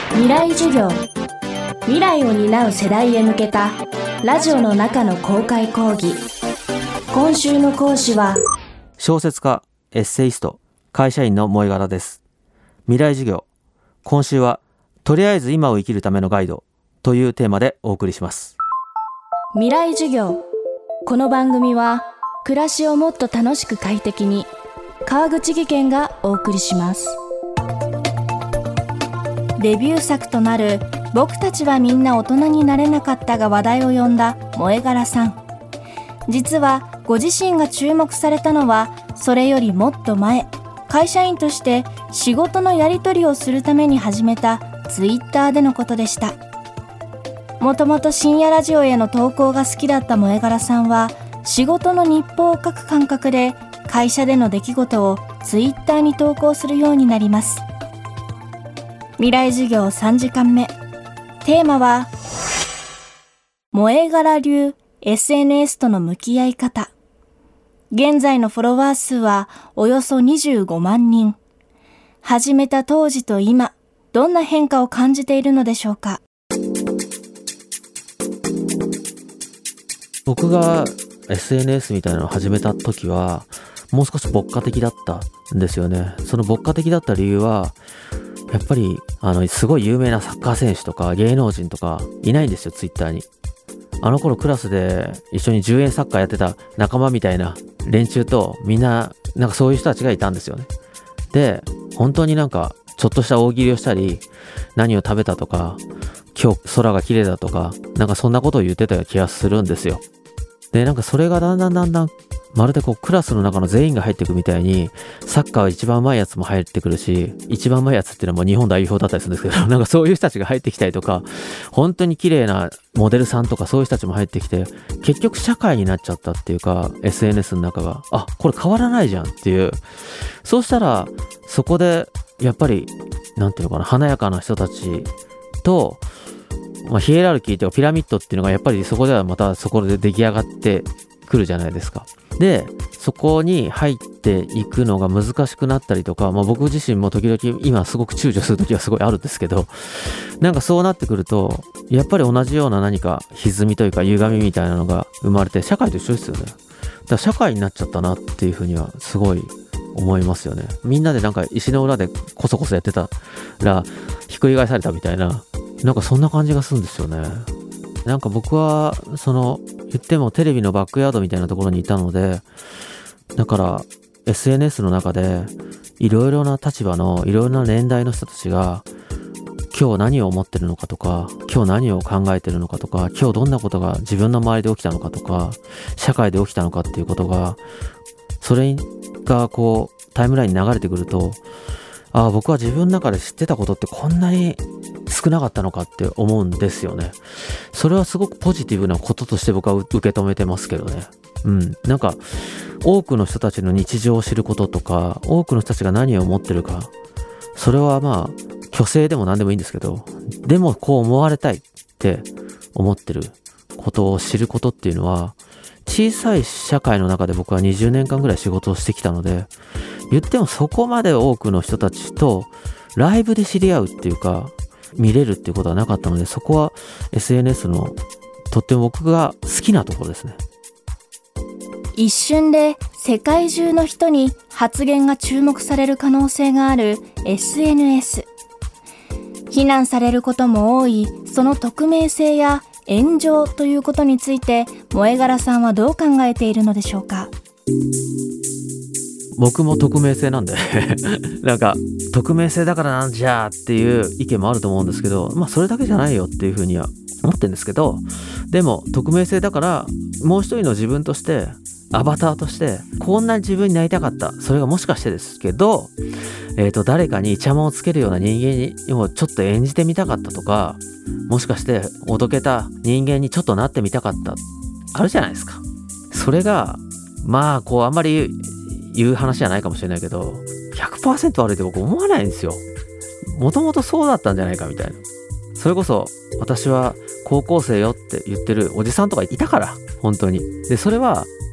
未来授業、未来を担う世代へ向けたラジオの中の公開講義。今週の講師は小説家、エッセイスト、会社員の萌柄です。未来授業、今週はとりあえず今を生きるためのガイドというテーマでお送りします。 未来授業。この番組は暮らしをもっと楽しく快適に、川口義賢がお送りします。デビュー作となる僕たちはみんな大人になれなかったが話題を呼んだ萌柄さん。実はご自身が注目されたのはそれよりもっと前、会社員として仕事のやり取りをするために始めたツイッターでのことでした。もともと深夜ラジオへの投稿が好きだった萌柄さんは、仕事の日報を書く感覚で会社での出来事をツイッターに投稿するようになります。未来授業3時間目。テーマは萌柄流 SNS との向き合い方。現在のフォロワー数はおよそ25万人。始めた当時と今、どんな変化を感じているのでしょうか。 僕が SNS みたいなのを始めた時はもう少し牧歌的だったんですよね。その牧歌的だった理由は、やっぱりすごい有名なサッカー選手とか芸能人とかいないんですよ、ツイッターに。あの頃クラスで一緒に10円サッカーやってた仲間みたいな連中とみんなそういう人たちがいたんですよね。で、本当にちょっとした大喜利をしたり、何を食べたとか、今日空が綺麗だとか、そんなことを言ってたような気がするんですよ。で、それがだんだんまるでクラスの中の全員が入っていくみたいに、サッカーは一番上手いやつも入ってくるし、一番上手いやつっていうのはもう日本代表だったりするんですけど、そういう人たちが入ってきたりとか、本当に綺麗なモデルさんとかそういう人たちも入ってきて、結局社会になっちゃったっていうか、 SNS の中がこれ変わらないじゃんっていう。そうしたらそこでやっぱり華やかな人たちと、ヒエラルキーというかピラミッドっていうのがやっぱりそこではまたそこで出来上がってくるじゃないですか。で、そこに入っていくのが難しくなったりとか、僕自身も時々今すごく躊躇する時はすごいあるんですけど、そうなってくるとやっぱり同じような何か歪みというか歪みみたいなのが生まれて、社会と一緒ですよね。だから社会になっちゃったなっていうふうにはすごい思いますよね。みんなで石の裏でコソコソやってたらひっくり返されたみたいな、そんな感じがするんですよね。僕は言ってもテレビのバックヤードみたいなところにいたので、だから SNS の中でいろいろな立場のいろいろな年代の人たちが今日何を思ってるのかとか、今日何を考えてるのかとか、今日どんなことが自分の周りで起きたのかとか、社会で起きたのかっていうことが、それがタイムラインに流れてくると、僕は自分の中で知ってたことってこんなに少なかったのかって思うんですよね。それはすごくポジティブなこととして僕は受け止めてますけどね。多くの人たちの日常を知ることとか、多くの人たちが何を思ってるか、それは虚勢でも何でもいいんですけど、でもこう思われたいって思ってることを知ることっていうのは、小さい社会の中で僕は20年間ぐらい仕事をしてきたので、言ってもそこまで多くの人たちとライブで知り合うっていうか見れるっていうことはなかったので、そこは SNS のとっても僕が好きなところですね。 一瞬で世界中の人に発言が注目される可能性がある SNS。 非難されることも多いその匿名性や炎上ということについて、萌柄さんはどう考えているのでしょうか。 僕も匿名性なんで匿名性だからなんじゃっていう意見もあると思うんですけど、それだけじゃないよっていうふうには思ってるんですけど、でも匿名性だからもう一人の自分として、アバターとしてこんな自分になりたかった、それがもしかしてですけど、誰かにイチャモンをつけるような人間にもちょっと演じてみたかったとか、もしかしておどけた人間にちょっとなってみたかった、あるじゃないですか。それがあんまり言う話じゃないかもしれないけど 100% 悪いって僕思わないんですよ。もともとそうだったんじゃないかみたいな。それこそ私は高校生よって言ってるおじさんとかいたから、本当に。でそれは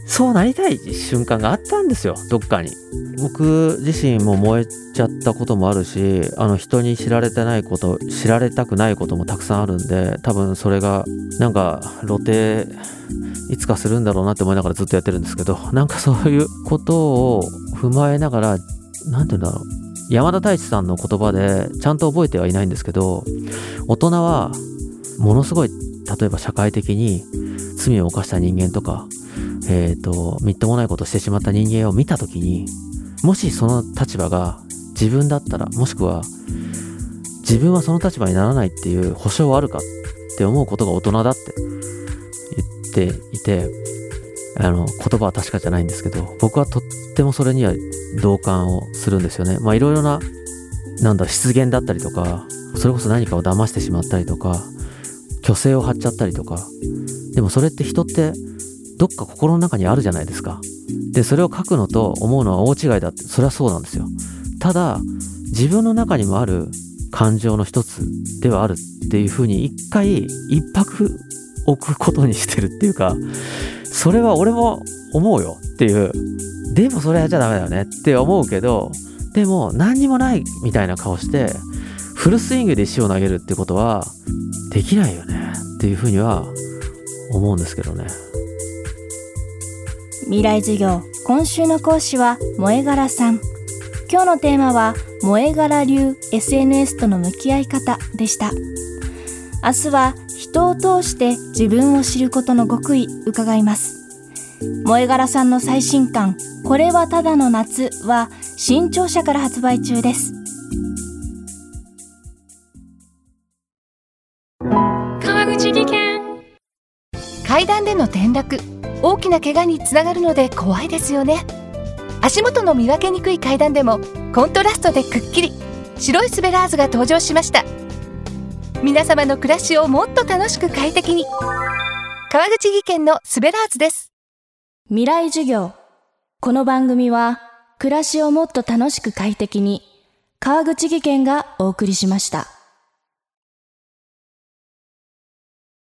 そうなりたい瞬間があったんですよ、どっかに。僕自身も燃えちゃったこともあるし、人に知られてないこと、知られたくないこともたくさんあるんで、多分それがなんか露呈いつかするんだろうなって思いながらずっとやってるんですけど、なんかそういうことを踏まえながら、なんていうんだろう、山田太一さんの言葉でちゃんと覚えてはいないんですけど、大人はものすごい、例えば社会的に罪を犯した人間とか、みっともないことをしてしまった人間を見たときに、もしその立場が自分だったら、もしくは自分はその立場にならないっていう保証はあるかって思うことが大人だって言っていて、言葉は確かじゃないんですけど、僕はとってもそれには同感をするんですよね。いろいろな、失言だったりとか、それこそ何かを騙してしまったりとか、虚勢を張っちゃったりとか、でもそれって人ってどっか心の中にあるじゃないですか。で、それを書くのと思うのは大違いだって、それはそうなんですよ。ただ、自分の中にもある感情の一つではあるっていうふうに一泊置くことにしてるっていうか、それは俺も思うよっていう。でもそれはじゃダメだよねって思うけど、でも何にもないみたいな顔して、フルスイングで石を投げるってことはできないよねっていうふうには思うんですけどね。 未来授業、今週の講師は萌え柄さん。今日のテーマは萌え柄流 SNS との向き合い方でした。明日は人を通して自分を知ることの極意伺います。萌え柄さんの最新刊、これはただの夏は新潮社から発売中です。 川口技研。階段での転落、大きな怪我につながるので怖いですよね。足元の見分けにくい階段でもコントラストでくっきり白いスベラーズが登場しました。皆様の暮らしをもっと楽しく快適に、川口技研のスベラーズです。 未来授業。この番組は暮らしをもっと楽しく快適に、川口技研がお送りしました。